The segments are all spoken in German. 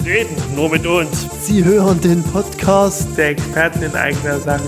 Reden nur mit uns. Sie hören den Podcast der Experten in eigener Sache.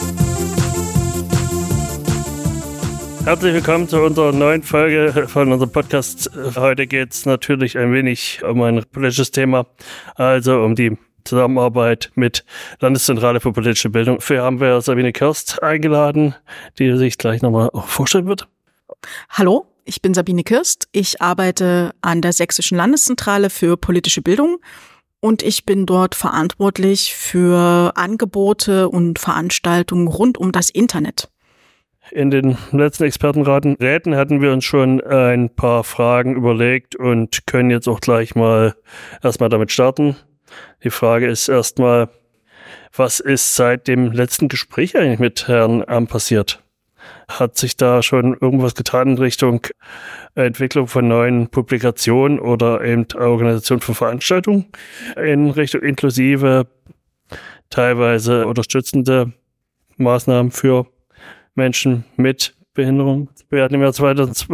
Herzlich willkommen zu unserer neuen Folge von unserem Podcast. Heute geht es natürlich ein wenig um ein politisches Thema, also um die Zusammenarbeit mit Landeszentrale für politische Bildung. Dafür haben wir Sabine Kirst eingeladen, die sich gleich nochmal vorstellen wird. Hallo, ich bin Sabine Kirst. Ich arbeite an der Sächsischen Landeszentrale für politische Bildung und ich bin dort verantwortlich für Angebote und Veranstaltungen rund um das Internet. In den letzten Expertenräten hatten wir uns schon ein paar Fragen überlegt und können jetzt auch gleich mal erstmal damit starten. Die Frage ist erstmal, was ist seit dem letzten Gespräch eigentlich mit Herrn Am passiert? Hat sich da schon irgendwas getan in Richtung Entwicklung von neuen Publikationen oder eben Organisation von Veranstaltungen in Richtung inklusive, teilweise unterstützende Maßnahmen für Menschen mit Behinderung? Wir hatten im Jahr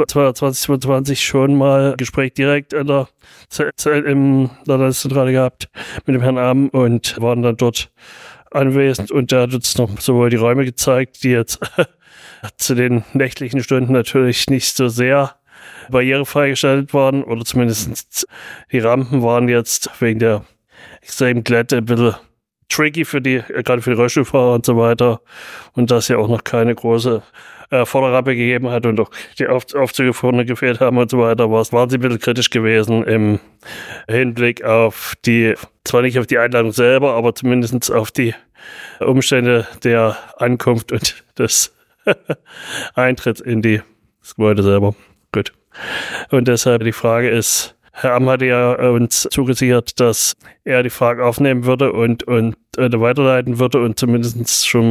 2022 schon mal ein Gespräch direkt in der Landeszentrale gehabt mit dem Herrn Am und waren dann dort anwesend und der hat uns noch sowohl die Räume gezeigt, die jetzt zu den nächtlichen Stunden natürlich nicht so sehr barrierefrei gestaltet waren oder zumindest die Rampen waren jetzt wegen der extremen Glätte ein bisschen tricky gerade für die Rollstuhlfahrer und so weiter und dass ja auch noch keine große Vorderrampe gegeben hat und auch die Aufzüge vorne gefehlt haben und so weiter, waren sie ein bisschen kritisch gewesen im Hinblick auf zwar nicht auf die Einladung selber, aber zumindest auf die Umstände der Ankunft und des Eintritts in das Gebäude selber. Gut. Und deshalb die Frage ist, Herr Am hatte ja uns zugesichert, dass er die Frage aufnehmen würde und weiterleiten würde und zumindest schon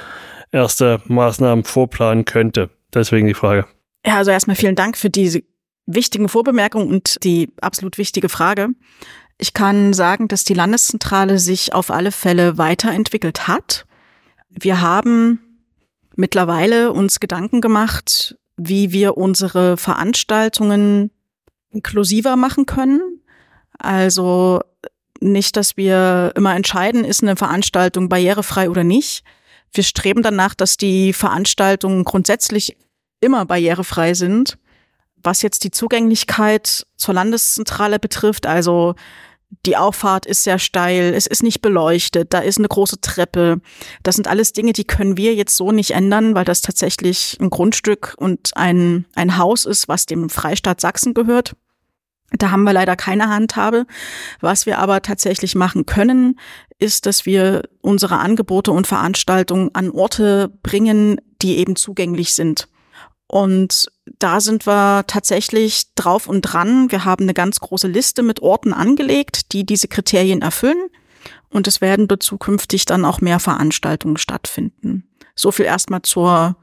erste Maßnahmen vorplanen könnte. Deswegen die Frage. Ja, also erstmal vielen Dank für diese wichtigen Vorbemerkungen und die absolut wichtige Frage. Ich kann sagen, dass die Landeszentrale sich auf alle Fälle weiterentwickelt hat. Wir haben mittlerweile uns Gedanken gemacht, wie wir unsere Veranstaltungen inklusiver machen können. Also nicht, dass wir immer entscheiden, ist eine Veranstaltung barrierefrei oder nicht. Wir streben danach, dass die Veranstaltungen grundsätzlich immer barrierefrei sind. Was jetzt die Zugänglichkeit zur Landeszentrale betrifft, also die Auffahrt ist sehr steil, es ist nicht beleuchtet, da ist eine große Treppe. Das sind alles Dinge, die können wir jetzt so nicht ändern, weil das tatsächlich ein Grundstück und ein Haus ist, was dem Freistaat Sachsen gehört. Da haben wir leider keine Handhabe. Was wir aber tatsächlich machen können, ist, dass wir unsere Angebote und Veranstaltungen an Orte bringen, die eben zugänglich sind. Und da sind wir tatsächlich drauf und dran. Wir haben eine ganz große Liste mit Orten angelegt, die diese Kriterien erfüllen. Und es werden dort zukünftig dann auch mehr Veranstaltungen stattfinden. So viel erstmal zum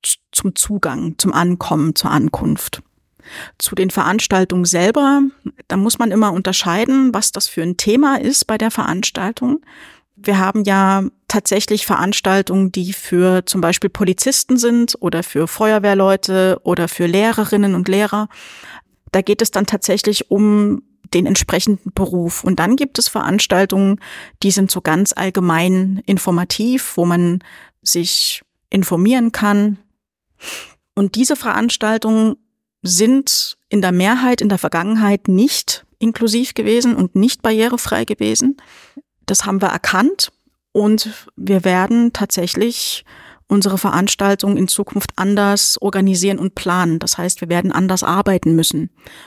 Zugang, zum Ankommen, zur Ankunft. Zu den Veranstaltungen selber, da muss man immer unterscheiden, was das für ein Thema ist bei der Veranstaltung. Wir haben ja tatsächlich Veranstaltungen, die für zum Beispiel Polizisten sind oder für Feuerwehrleute oder für Lehrerinnen und Lehrer. Da geht es dann tatsächlich um den entsprechenden Beruf. Und dann gibt es Veranstaltungen, die sind so ganz allgemein informativ, wo man sich informieren kann. Und diese Veranstaltungen sind in der Mehrheit in der Vergangenheit nicht inklusiv gewesen und nicht barrierefrei gewesen. Das haben wir erkannt und wir werden tatsächlich unsere Veranstaltungen in Zukunft anders organisieren und planen. Das heißt, wir werden anders arbeiten müssen.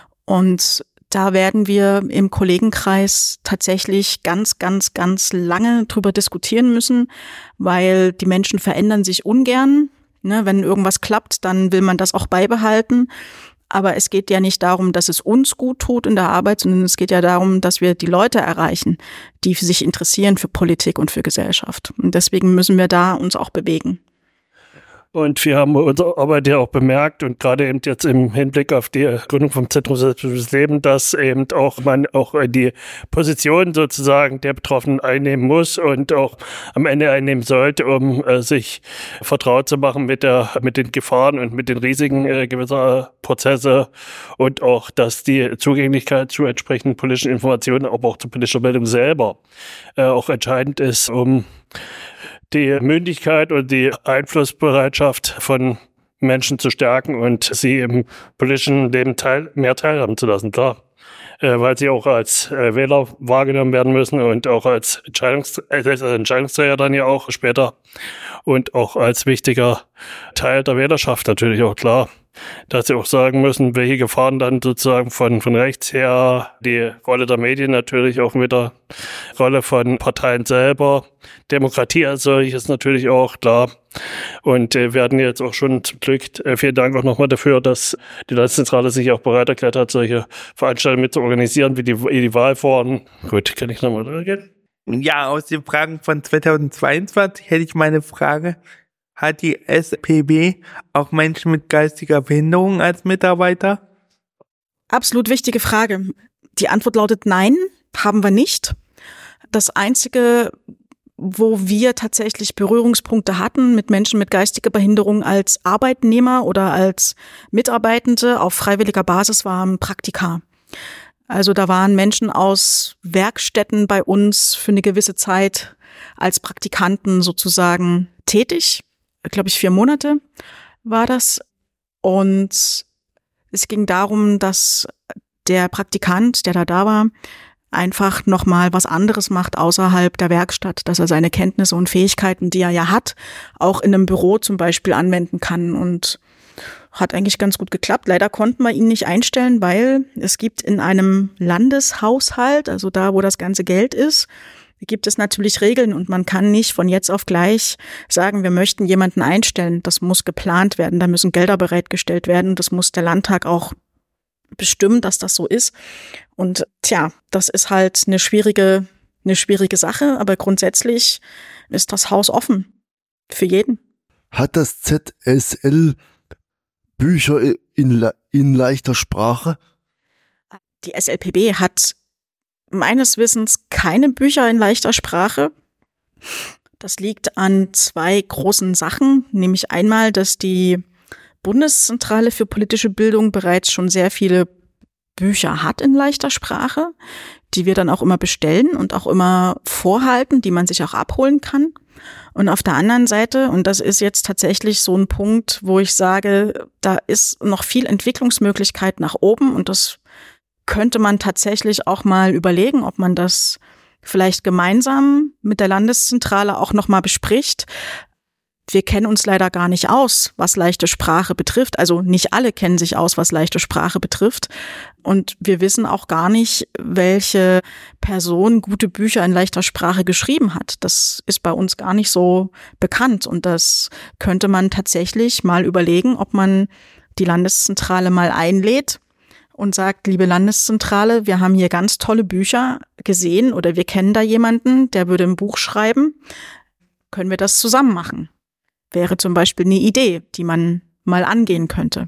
Und da werden wir im Kollegenkreis tatsächlich ganz, ganz, ganz lange drüber diskutieren müssen, weil die Menschen verändern sich ungern. Wenn irgendwas klappt, dann will man das auch beibehalten. Aber es geht ja nicht darum, dass es uns gut tut in der Arbeit, sondern es geht ja darum, dass wir die Leute erreichen, die sich interessieren für Politik und für Gesellschaft. Und deswegen müssen wir da uns auch bewegen. Und wir haben unsere Arbeit ja auch bemerkt und gerade eben jetzt im Hinblick auf die Gründung vom Zentrum für selbstbestimmtes Leben, dass eben auch man auch die Position sozusagen der Betroffenen einnehmen muss und auch am Ende einnehmen sollte, um sich vertraut zu machen mit den Gefahren und mit den Risiken gewisser Prozesse und auch, dass die Zugänglichkeit zu entsprechenden politischen Informationen, aber auch zu politischer Bildung selber auch entscheidend ist, um die Mündigkeit und die Einflussbereitschaft von Menschen zu stärken und sie im politischen Leben mehr teilhaben zu lassen, klar. Weil sie auch als Wähler wahrgenommen werden müssen und auch als Entscheidungsträger dann ja auch später und auch als wichtiger Teil der Wählerschaft natürlich auch, klar. Dass sie auch sagen müssen, welche Gefahren dann sozusagen von rechts her, die Rolle der Medien natürlich auch wieder, Rolle von Parteien selber, Demokratie als solches natürlich auch, klar. Und wir hatten jetzt auch schon zum Glück, vielen Dank auch nochmal dafür, dass die Landeszentrale sich auch bereit erklärt hat, solche Veranstaltungen mit zu organisieren, wie die Wahlforen. Gut, kann ich nochmal durchgehen? Ja, aus den Fragen von 2022 hätte ich meine Frage. Hat die SPB auch Menschen mit geistiger Behinderung als Mitarbeiter? Absolut wichtige Frage. Die Antwort lautet nein, haben wir nicht. Das Einzige, wo wir tatsächlich Berührungspunkte hatten mit Menschen mit geistiger Behinderung als Arbeitnehmer oder als Mitarbeitende auf freiwilliger Basis, waren Praktika. Also da waren Menschen aus Werkstätten bei uns für eine gewisse Zeit als Praktikanten sozusagen tätig. Glaube ich, 4 Monate war das. Und es ging darum, dass der Praktikant, der da war, einfach nochmal was anderes macht außerhalb der Werkstatt, dass er seine Kenntnisse und Fähigkeiten, die er ja hat, auch in einem Büro zum Beispiel anwenden kann. Und hat eigentlich ganz gut geklappt. Leider konnten wir ihn nicht einstellen, weil es gibt in einem Landeshaushalt, also da, wo das ganze Geld ist, gibt es natürlich Regeln und man kann nicht von jetzt auf gleich sagen, wir möchten jemanden einstellen. Das muss geplant werden, da müssen Gelder bereitgestellt werden. Das muss der Landtag auch bestimmen, dass das so ist. Und das ist halt eine schwierige Sache, aber grundsätzlich ist das Haus offen für jeden. Hat das ZSL Bücher in leichter Sprache? Die SLPB hat meines Wissens keine Bücher in leichter Sprache. Das liegt an 2 großen Sachen, nämlich einmal, dass die Bundeszentrale für politische Bildung bereits schon sehr viele Bücher hat in leichter Sprache, die wir dann auch immer bestellen und auch immer vorhalten, die man sich auch abholen kann. Und auf der anderen Seite, und das ist jetzt tatsächlich so ein Punkt, wo ich sage, da ist noch viel Entwicklungsmöglichkeit nach oben und das könnte man tatsächlich auch mal überlegen, ob man das vielleicht gemeinsam mit der Landeszentrale auch noch mal bespricht. Wir kennen uns leider gar nicht aus, was leichte Sprache betrifft. Also nicht alle kennen sich aus, was leichte Sprache betrifft. Und wir wissen auch gar nicht, welche Person gute Bücher in leichter Sprache geschrieben hat. Das ist bei uns gar nicht so bekannt. Und das könnte man tatsächlich mal überlegen, ob man die Landeszentrale mal einlädt und sagt, liebe Landeszentrale, wir haben hier ganz tolle Bücher gesehen oder wir kennen da jemanden, der würde ein Buch schreiben. Können wir das zusammen machen? Wäre zum Beispiel eine Idee, die man mal angehen könnte.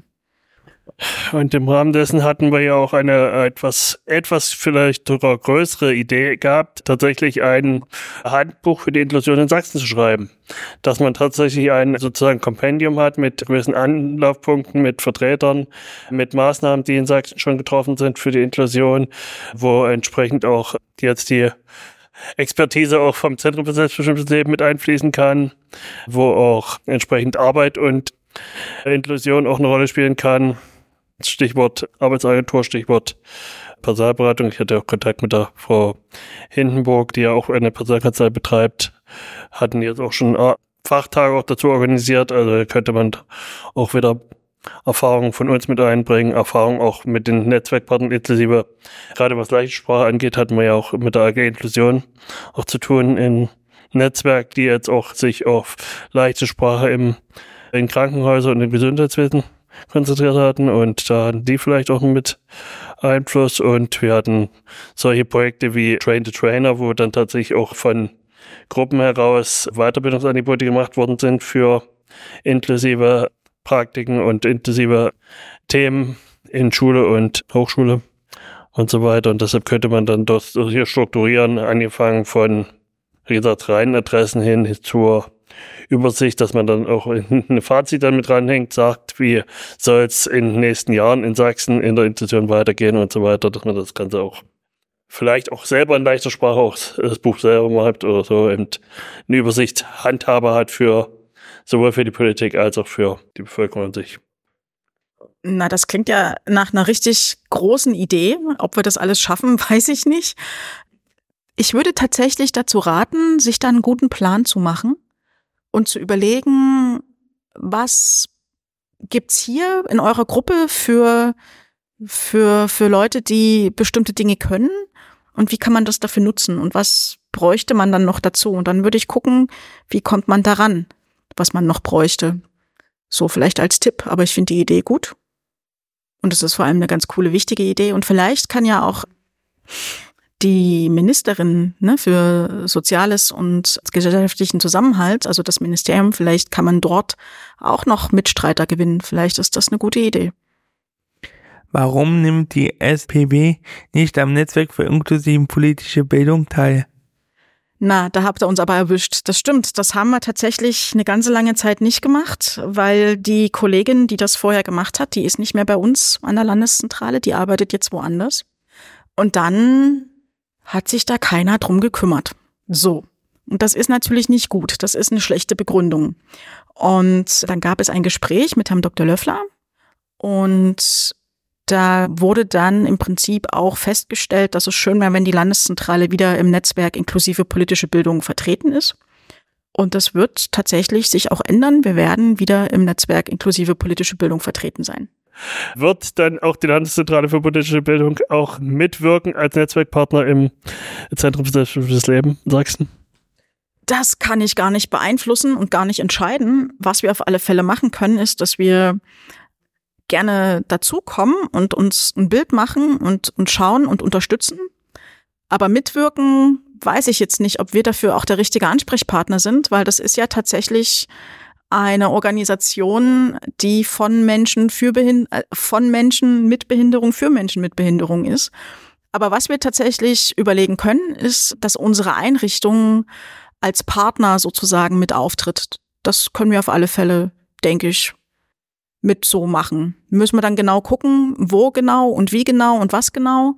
Und im Rahmen dessen hatten wir ja auch eine etwas vielleicht sogar größere Idee gehabt, tatsächlich ein Handbuch für die Inklusion in Sachsen zu schreiben. Dass man tatsächlich ein sozusagen Kompendium hat mit gewissen Anlaufpunkten, mit Vertretern, mit Maßnahmen, die in Sachsen schon getroffen sind für die Inklusion, wo entsprechend auch jetzt die Expertise auch vom Zentrum für selbstbestimmtes Leben mit einfließen kann, wo auch entsprechend Arbeit und Inklusion auch eine Rolle spielen kann. Stichwort Arbeitsagentur, Stichwort Personalberatung. Ich hatte auch Kontakt mit der Frau Hindenburg, die ja auch eine Personalkanzlei betreibt. Hatten jetzt auch schon Fachtage auch dazu organisiert. Also könnte man auch wieder Erfahrungen von uns mit einbringen, Erfahrungen auch mit den Netzwerkpartnern inklusive. Gerade was leichte Sprache angeht, hatten wir ja auch mit der AG Inklusion auch zu tun in Netzwerk, die jetzt auch sich auf leichte Sprache in Krankenhäusern und im Gesundheitswesen konzentriert hatten und da hatten die vielleicht auch mit Einfluss und wir hatten solche Projekte wie Train the Trainer, wo dann tatsächlich auch von Gruppen heraus Weiterbildungsangebote gemacht worden sind für inklusive Praktiken und inklusive Themen in Schule und Hochschule und so weiter. Und deshalb könnte man dann das hier strukturieren, angefangen von, wie gesagt, reinen Adressen hin zur Übersicht, dass man dann auch eine Fazit dann mit dranhängt, sagt, wie soll es in den nächsten Jahren in Sachsen in der Institution weitergehen und so weiter, dass man das Ganze auch vielleicht auch selber in leichter Sprache auch das Buch selber macht oder so eben eine Übersicht Handhabe hat für sowohl für die Politik als auch für die Bevölkerung an sich. Na, das klingt ja nach einer richtig großen Idee. Ob wir das alles schaffen, weiß ich nicht. Ich würde tatsächlich dazu raten, sich da einen guten Plan zu machen und zu überlegen, was gibt's hier in eurer Gruppe für Leute, die bestimmte Dinge können und wie kann man das dafür nutzen und was bräuchte man dann noch dazu? Und dann würde ich gucken, wie kommt man daran, was man noch bräuchte. So vielleicht als Tipp, aber ich finde die Idee gut. Und es ist vor allem eine ganz coole, wichtige Idee. Und vielleicht kann ja auch die Ministerin für Soziales und gesellschaftlichen Zusammenhalt, also das Ministerium, vielleicht kann man dort auch noch Mitstreiter gewinnen. Vielleicht ist das eine gute Idee. Warum nimmt die SPB nicht am Netzwerk für inklusive politische Bildung teil? Na, da habt ihr uns aber erwischt. Das stimmt, das haben wir tatsächlich eine ganze lange Zeit nicht gemacht, weil die Kollegin, die das vorher gemacht hat, die ist nicht mehr bei uns an der Landeszentrale, die arbeitet jetzt woanders. Und dann hat sich da keiner drum gekümmert. So. Und das ist natürlich nicht gut. Das ist eine schlechte Begründung. Und dann gab es ein Gespräch mit Herrn Dr. Löffler und da wurde dann im Prinzip auch festgestellt, dass es schön wäre, wenn die Landeszentrale wieder im Netzwerk inklusive politische Bildung vertreten ist. Und das wird tatsächlich sich auch ändern. Wir werden wieder im Netzwerk inklusive politische Bildung vertreten sein. Wird dann auch die Landeszentrale für politische Bildung auch mitwirken als Netzwerkpartner im Zentrum für selbstbestimmtes Leben in Sachsen? Das kann ich gar nicht beeinflussen und gar nicht entscheiden. Was wir auf alle Fälle machen können, ist, dass wir gerne dazukommen und uns ein Bild machen und schauen und unterstützen. Aber mitwirken weiß ich jetzt nicht, ob wir dafür auch der richtige Ansprechpartner sind, weil das ist ja tatsächlich eine Organisation, die von Menschen mit Behinderung für Menschen mit Behinderung ist. Aber was wir tatsächlich überlegen können, ist, dass unsere Einrichtung als Partner sozusagen mit auftritt. Das können wir auf alle Fälle, denke ich, mit so machen. Müssen wir dann genau gucken, wo genau und wie genau und was genau.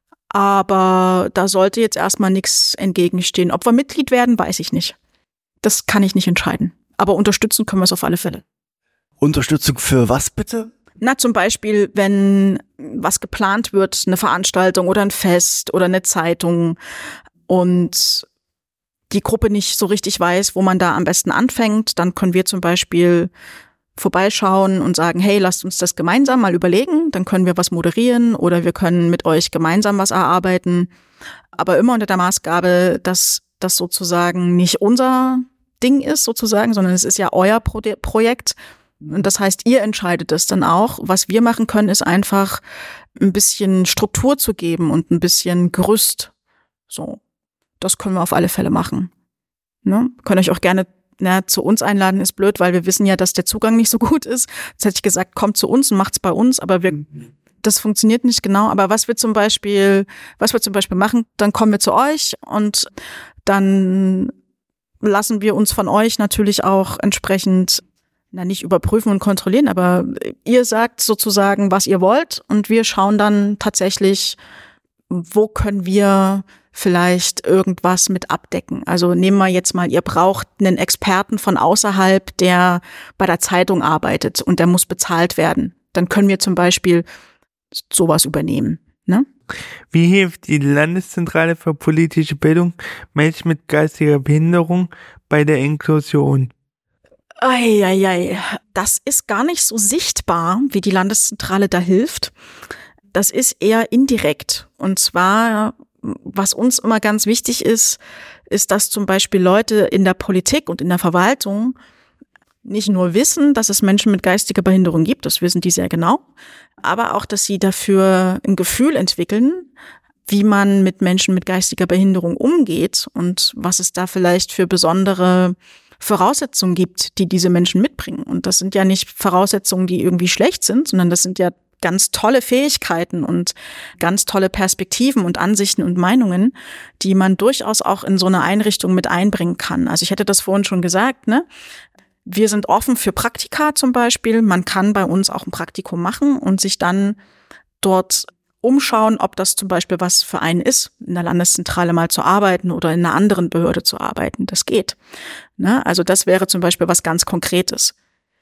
Aber da sollte jetzt erstmal nichts entgegenstehen. Ob wir Mitglied werden, weiß ich nicht. Das kann ich nicht entscheiden. Aber unterstützen können wir es auf alle Fälle. Unterstützung für was bitte? Na, zum Beispiel, wenn was geplant wird, eine Veranstaltung oder ein Fest oder eine Zeitung und die Gruppe nicht so richtig weiß, wo man da am besten anfängt, dann können wir zum Beispiel vorbeischauen und sagen, hey, lasst uns das gemeinsam mal überlegen, dann können wir was moderieren oder wir können mit euch gemeinsam was erarbeiten, aber immer unter der Maßgabe, dass das sozusagen nicht unser Ding ist sozusagen, sondern es ist ja euer Projekt und das heißt, ihr entscheidet es dann auch. Was wir machen können, ist einfach ein bisschen Struktur zu geben und ein bisschen Gerüst. So, das können wir auf alle Fälle machen. Ne? Könnt euch auch gerne zu uns einladen, ist blöd, weil wir wissen ja, dass der Zugang nicht so gut ist. Jetzt hätte ich gesagt, kommt zu uns und macht's bei uns, aber das funktioniert nicht genau. Aber was wir zum Beispiel machen, dann kommen wir zu euch und dann lassen wir uns von euch natürlich auch entsprechend, nicht überprüfen und kontrollieren, aber ihr sagt sozusagen, was ihr wollt und wir schauen dann tatsächlich, wo können wir vielleicht irgendwas mit abdecken. Also nehmen wir jetzt mal, ihr braucht einen Experten von außerhalb, der bei der Zeitung arbeitet und der muss bezahlt werden. Dann können wir zum Beispiel sowas übernehmen. Ne? Wie hilft die Landeszentrale für politische Bildung Menschen mit geistiger Behinderung bei der Inklusion? Eieiei, das ist gar nicht so sichtbar, wie die Landeszentrale da hilft. Das ist eher indirekt. Und zwar, was uns immer ganz wichtig ist, dass zum Beispiel Leute in der Politik und in der Verwaltung nicht nur wissen, dass es Menschen mit geistiger Behinderung gibt, das wissen die sehr genau, aber auch, dass sie dafür ein Gefühl entwickeln, wie man mit Menschen mit geistiger Behinderung umgeht und was es da vielleicht für besondere Voraussetzungen gibt, die diese Menschen mitbringen. Und das sind ja nicht Voraussetzungen, die irgendwie schlecht sind, sondern das sind ja ganz tolle Fähigkeiten und ganz tolle Perspektiven und Ansichten und Meinungen, die man durchaus auch in so eine Einrichtung mit einbringen kann. Also ich hätte das vorhin schon gesagt, ne? Wir sind offen für Praktika zum Beispiel. Man kann bei uns auch ein Praktikum machen und sich dann dort umschauen, ob das zum Beispiel was für einen ist, in der Landeszentrale mal zu arbeiten oder in einer anderen Behörde zu arbeiten. Das geht. Ne? Also das wäre zum Beispiel was ganz Konkretes.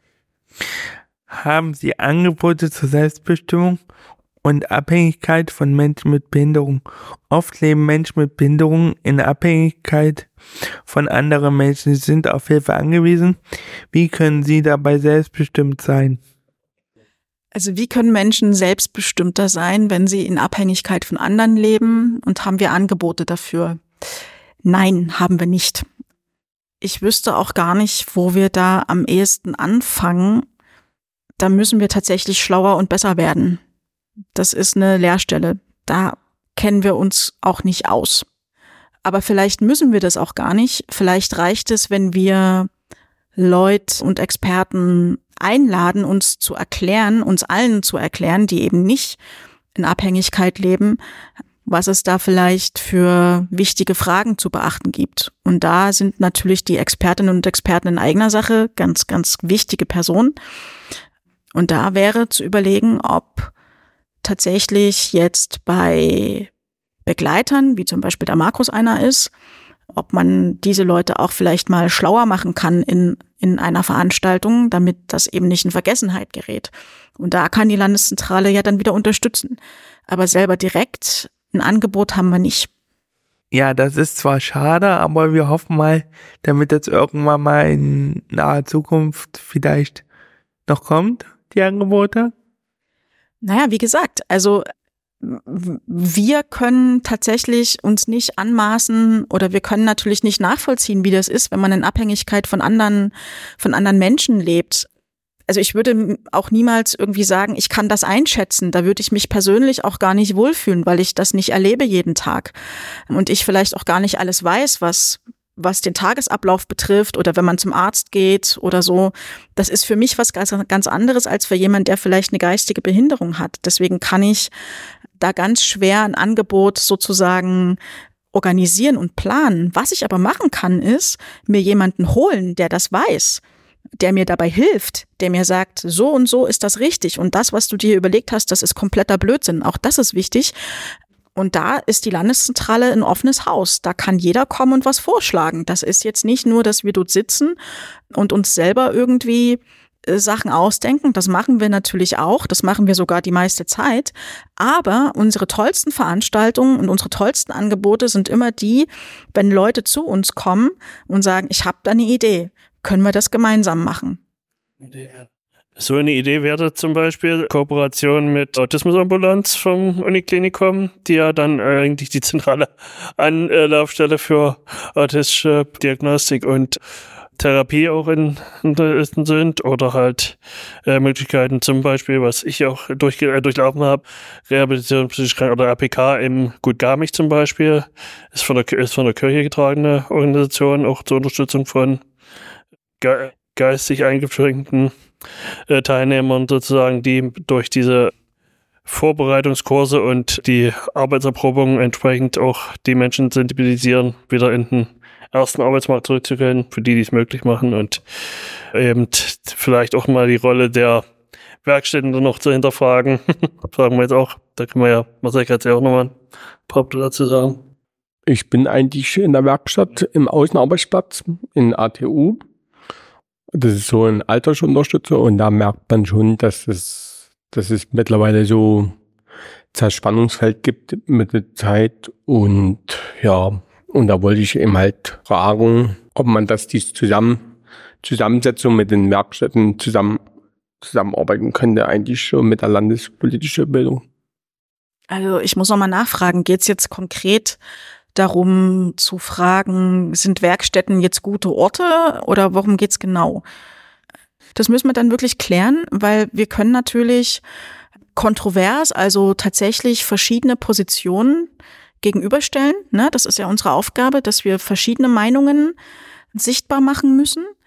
Haben Sie Angebote zur Selbstbestimmung und Abhängigkeit von Menschen mit Behinderung? Oft leben Menschen mit Behinderung in Abhängigkeit von anderen Menschen. Sie sind auf Hilfe angewiesen. Wie können Sie dabei selbstbestimmt sein? Also wie können Menschen selbstbestimmter sein, wenn sie in Abhängigkeit von anderen leben? Und haben wir Angebote dafür? Nein, haben wir nicht. Ich wüsste auch gar nicht, wo wir da am ehesten anfangen. Da müssen wir tatsächlich schlauer und besser werden. Das ist eine Leerstelle. Da kennen wir uns auch nicht aus. Aber vielleicht müssen wir das auch gar nicht. Vielleicht reicht es, wenn wir Leute und Experten einladen, uns allen zu erklären, die eben nicht in Abhängigkeit leben, was es da vielleicht für wichtige Fragen zu beachten gibt. Und da sind natürlich die Expertinnen und Experten in eigener Sache ganz, ganz wichtige Personen. Und da wäre zu überlegen, ob tatsächlich jetzt bei Begleitern, wie zum Beispiel der Markus einer ist, ob man diese Leute auch vielleicht mal schlauer machen kann in einer Veranstaltung, damit das eben nicht in Vergessenheit gerät. Und da kann die Landeszentrale ja dann wieder unterstützen. Aber selber direkt ein Angebot haben wir nicht. Ja, das ist zwar schade, aber wir hoffen mal, damit das irgendwann mal in naher Zukunft vielleicht noch kommt, die Angebote. Naja, wie gesagt, also wir können tatsächlich uns nicht anmaßen oder wir können natürlich nicht nachvollziehen, wie das ist, wenn man in Abhängigkeit von anderen Menschen lebt. Also ich würde auch niemals irgendwie sagen, ich kann das einschätzen. Da würde ich mich persönlich auch gar nicht wohlfühlen, weil ich das nicht erlebe jeden Tag. Und ich vielleicht auch gar nicht alles weiß, was den Tagesablauf betrifft oder wenn man zum Arzt geht oder so. Das ist für mich was ganz anderes als für jemand, der vielleicht eine geistige Behinderung hat. Deswegen kann ich da ganz schwer ein Angebot sozusagen organisieren und planen. Was ich aber machen kann, ist, mir jemanden holen, der das weiß, der mir dabei hilft, der mir sagt, so und so ist das richtig und das, was du dir überlegt hast, das ist kompletter Blödsinn. Auch das ist wichtig. Und da ist die Landeszentrale ein offenes Haus. Da kann jeder kommen und was vorschlagen. Das ist jetzt nicht nur, dass wir dort sitzen und uns selber irgendwie Sachen ausdenken. Das machen wir natürlich auch. Das machen wir sogar die meiste Zeit. Aber unsere tollsten Veranstaltungen und unsere tollsten Angebote sind immer die, wenn Leute zu uns kommen und sagen, ich habe da eine Idee. Können wir das gemeinsam machen? So eine Idee wäre zum Beispiel Kooperation mit Autismusambulanz vom Uniklinikum, die ja dann eigentlich die zentrale Anlaufstelle für autistische Diagnostik und Therapie auch in Dresden sind, oder halt Möglichkeiten zum Beispiel, was ich auch durchlaufen habe, Rehabilitation psychisch krank oder APK im Gut Garmisch zum Beispiel, ist von der Kirche getragene Organisation, auch zur Unterstützung von geistig eingeschränkten Teilnehmern sozusagen, die durch diese Vorbereitungskurse und die Arbeitserprobung entsprechend auch die Menschen sensibilisieren, wieder in den ersten Arbeitsmarkt zurückzukehren, für die es möglich machen und eben vielleicht auch mal die Rolle der Werkstätten noch zu hinterfragen. Sagen wir jetzt auch, da können wir ja, Marcel kann ja auch nochmal ein paar dazu sagen. Ich bin eigentlich in der Werkstatt im Außenarbeitsplatz in ATU. Das ist so ein Altersunterstützer und da merkt man schon, dass es mittlerweile so Zerspannungsfeld gibt mit der Zeit und ja, und da wollte ich eben halt fragen, ob man Zusammensetzung mit den Werkstätten zusammenarbeiten könnte, eigentlich schon mit der landespolitischen Bildung. Also ich muss nochmal nachfragen, geht es jetzt konkret darum zu fragen, sind Werkstätten jetzt gute Orte oder worum geht's genau? Das müssen wir dann wirklich klären, weil wir können natürlich kontrovers, also tatsächlich verschiedene Positionen gegenüberstellen. Ne? Das ist ja unsere Aufgabe, dass wir verschiedene Meinungen sichtbar machen müssen.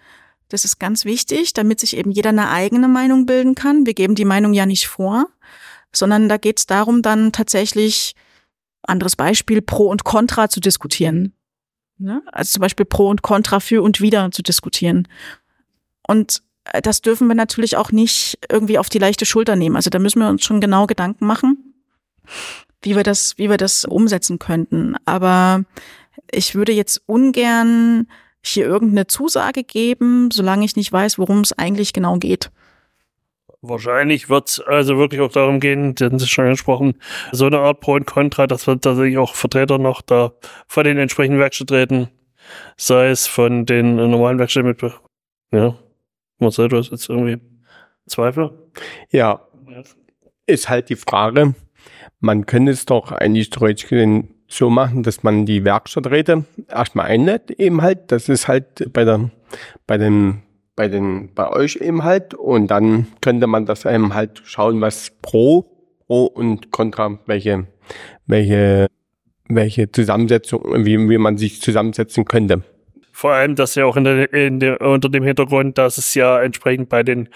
Das ist ganz wichtig, damit sich eben jeder eine eigene Meinung bilden kann. Wir geben die Meinung ja nicht vor, sondern da geht es darum, dann tatsächlich, anderes Beispiel, Pro und Contra zu diskutieren. Ja? Also zum Beispiel Pro und Contra für und wider zu diskutieren. Und das dürfen wir natürlich auch nicht irgendwie auf die leichte Schulter nehmen. Also da müssen wir uns schon genau Gedanken machen, wie wir das umsetzen könnten. Aber ich würde jetzt ungern hier irgendeine Zusage geben, solange ich nicht weiß, worum es eigentlich genau geht. Wahrscheinlich wird es also wirklich auch darum gehen, Sie hatten es schon angesprochen, so eine Art Pro und Contra, dass wir tatsächlich auch Vertreter noch da von den entsprechenden Werkstatträten, sei es von den normalen Werkstätten ja, Marcel, du hast jetzt irgendwie Zweifel? Ja, ist halt die Frage, man könnte es doch eigentlich theoretisch gesehen so machen, dass man die Werkstatträte erstmal einlädt, eben halt, das ist halt bei euch eben halt, und dann könnte man das eben halt schauen, was Pro und Contra, welche Zusammensetzung, wie man sich zusammensetzen könnte. Vor allem, dass ja auch unter dem Hintergrund, dass es ja entsprechend bei den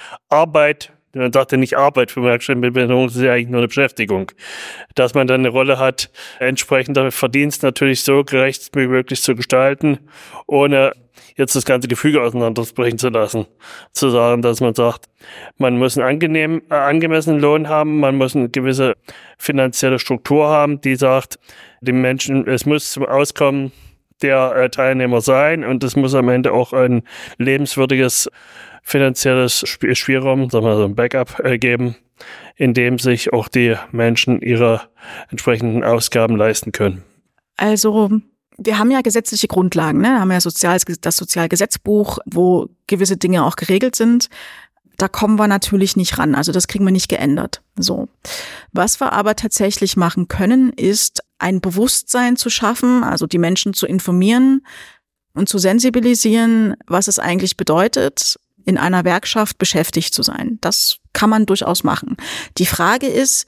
man sagt ja nicht Arbeit für Werkstätten mit Behinderung, das ist ja eigentlich nur eine Beschäftigung. Dass man dann eine Rolle hat, entsprechender Verdienst natürlich so gerecht wie möglich zu gestalten, ohne jetzt das ganze Gefüge auseinanderbrechen zu lassen. Zu sagen, dass man sagt, man muss einen angemessenen Lohn haben, man muss eine gewisse finanzielle Struktur haben, die sagt, dem Menschen, es muss zum Auskommen der Teilnehmer sein und es muss am Ende auch ein lebenswürdiges finanzielles Spielraum, sagen wir so ein Backup geben, in dem sich auch die Menschen ihre entsprechenden Ausgaben leisten können. Also wir haben ja gesetzliche Grundlagen, ne? Wir haben ja das Sozialgesetzbuch, wo gewisse Dinge auch geregelt sind. Da kommen wir natürlich nicht ran, also das kriegen wir nicht geändert. So. Was wir aber tatsächlich machen können, ist ein Bewusstsein zu schaffen, also die Menschen zu informieren und zu sensibilisieren, was es eigentlich bedeutet, in einer Werkschaft beschäftigt zu sein. Das kann man durchaus machen. Die Frage ist,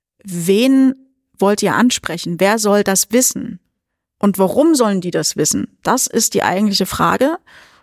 wen wollt ihr ansprechen? Wer soll das wissen? Und warum sollen die das wissen? Das ist die eigentliche Frage.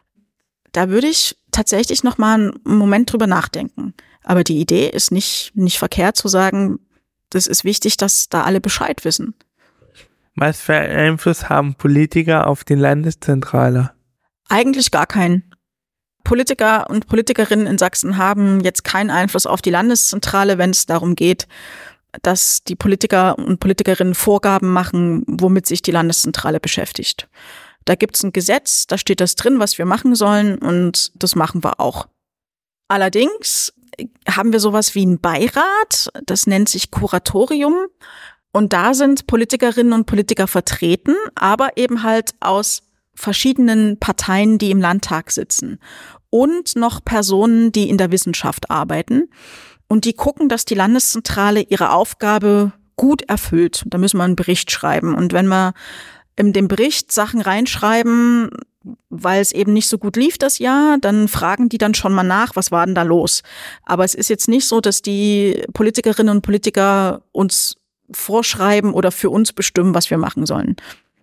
Da würde ich tatsächlich noch mal einen Moment drüber nachdenken. Aber die Idee ist nicht verkehrt zu sagen, das ist wichtig, dass da alle Bescheid wissen. Was für einen Einfluss haben Politiker auf die Landeszentrale? Eigentlich gar keinen. Politiker und Politikerinnen in Sachsen haben jetzt keinen Einfluss auf die Landeszentrale, wenn es darum geht, dass die Politiker und Politikerinnen Vorgaben machen, womit sich die Landeszentrale beschäftigt. Da gibt es ein Gesetz, da steht das drin, was wir machen sollen, und das machen wir auch. Allerdings haben wir sowas wie einen Beirat, das nennt sich Kuratorium, und da sind Politikerinnen und Politiker vertreten, aber eben halt aus verschiedenen Parteien, die im Landtag sitzen, und noch Personen, die in der Wissenschaft arbeiten, und die gucken, dass die Landeszentrale ihre Aufgabe gut erfüllt. Da müssen wir einen Bericht schreiben, und wenn wir in dem Bericht Sachen reinschreiben, weil es eben nicht so gut lief das Jahr, dann fragen die dann schon mal nach, was war denn da los? Aber es ist jetzt nicht so, dass die Politikerinnen und Politiker uns vorschreiben oder für uns bestimmen, was wir machen sollen.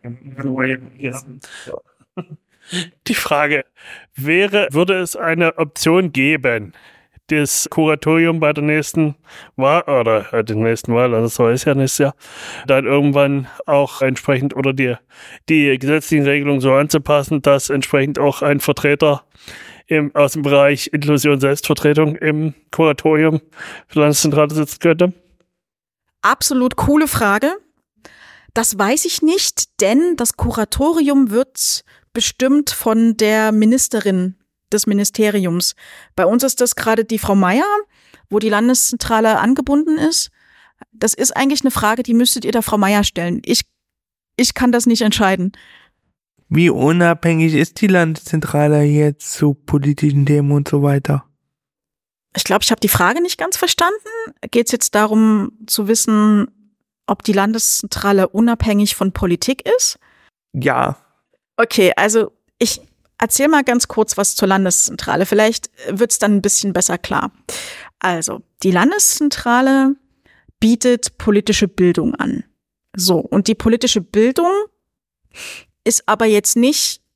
Die Frage würde es eine Option geben, das Kuratorium bei der nächsten Wahl oder der nächsten Wahl, also das ist ja nächstes Jahr, dann irgendwann auch entsprechend oder die gesetzlichen Regelungen so anzupassen, dass entsprechend auch ein Vertreter aus dem Bereich Inklusion Selbstvertretung im Kuratorium für Landeszentrale sitzen könnte? Absolut coole Frage. Das weiß ich nicht, denn das Kuratorium wird bestimmt von der Ministerin des Ministeriums. Bei uns ist das gerade die Frau Meier, wo die Landeszentrale angebunden ist. Das ist eigentlich eine Frage, die müsstet ihr der Frau Meier stellen. Ich kann das nicht entscheiden. Wie unabhängig ist die Landeszentrale jetzt zu politischen Themen und so weiter? Ich glaube, ich habe die Frage nicht ganz verstanden. Geht es jetzt darum zu wissen, ob die Landeszentrale unabhängig von Politik ist? Ja. Okay, also ich erzähle mal ganz kurz was zur Landeszentrale. Vielleicht wird es dann ein bisschen besser klar. Also, die Landeszentrale bietet politische Bildung an. So, und die politische Bildung ist aber jetzt nicht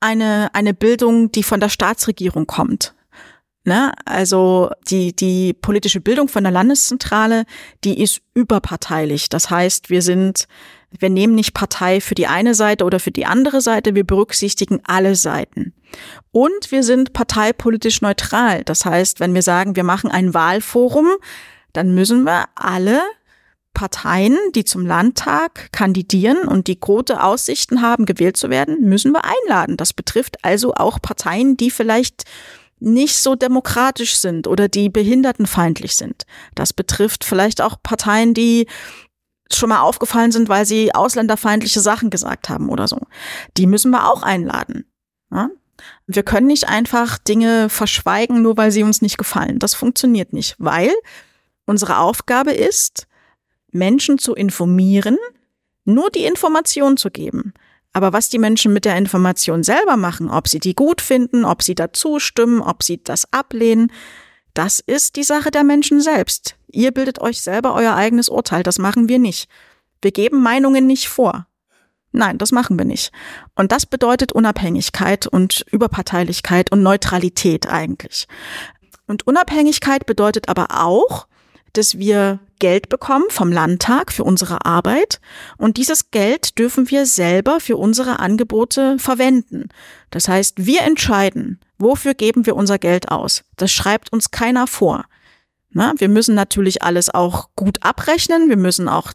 eine Bildung, die von der Staatsregierung kommt. Ne? Also die politische Bildung von der Landeszentrale, die ist überparteilich. Das heißt, wir nehmen nicht Partei für die eine Seite oder für die andere Seite, wir berücksichtigen alle Seiten. Und wir sind parteipolitisch neutral. Das heißt, wenn wir sagen, wir machen ein Wahlforum, dann müssen wir alle Parteien, die zum Landtag kandidieren und die gute Aussichten haben, gewählt zu werden, müssen wir einladen. Das betrifft also auch Parteien, die vielleicht nicht so demokratisch sind oder die behindertenfeindlich sind. Das betrifft vielleicht auch Parteien, die schon mal aufgefallen sind, weil sie ausländerfeindliche Sachen gesagt haben oder so. Die müssen wir auch einladen. Ja? Wir können nicht einfach Dinge verschweigen, nur weil sie uns nicht gefallen. Das funktioniert nicht, weil unsere Aufgabe ist, Menschen zu informieren, nur die Information zu geben. Aber was die Menschen mit der Information selber machen, ob sie die gut finden, ob sie dazu stimmen, ob sie das ablehnen, das ist die Sache der Menschen selbst. Ihr bildet euch selber euer eigenes Urteil, das machen wir nicht. Wir geben Meinungen nicht vor. Nein, das machen wir nicht. Und das bedeutet Unabhängigkeit und Überparteilichkeit und Neutralität eigentlich. Und Unabhängigkeit bedeutet aber auch, dass wir Geld bekommen vom Landtag für unsere Arbeit und dieses Geld dürfen wir selber für unsere Angebote verwenden. Das heißt, wir entscheiden, wofür geben wir unser Geld aus. Das schreibt uns keiner vor. Na, wir müssen natürlich alles auch gut abrechnen, wir müssen auch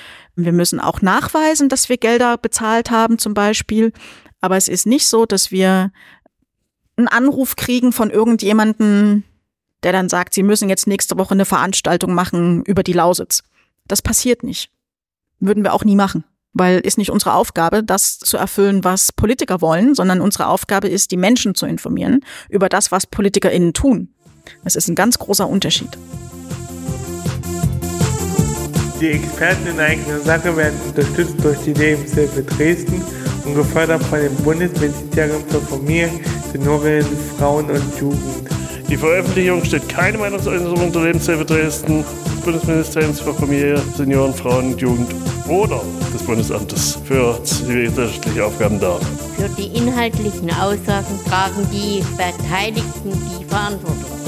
nachweisen, dass wir Gelder bezahlt haben zum Beispiel, aber es ist nicht so, dass wir einen Anruf kriegen von irgendjemandem, der dann sagt, sie müssen jetzt nächste Woche eine Veranstaltung machen über die Lausitz. Das passiert nicht. Würden wir auch nie machen, weil ist nicht unsere Aufgabe, das zu erfüllen, was Politiker wollen, sondern unsere Aufgabe ist, die Menschen zu informieren über das, was PolitikerInnen tun. Das ist ein ganz großer Unterschied. Die Experten in eigener Sache werden unterstützt durch die Lebenshilfe Dresden und gefördert von dem Bundesministerium für Familie, Senioren, Frauen und Jugend. Die Veröffentlichung steht keine Meinungsäußerung der Lebenshilfe Dresden, des Bundesministeriums für Familie, Senioren, Frauen und Jugend oder des Bundesamtes für zivilgesellschaftliche Aufgaben dar. Für die inhaltlichen Aussagen tragen die Beteiligten die Verantwortung.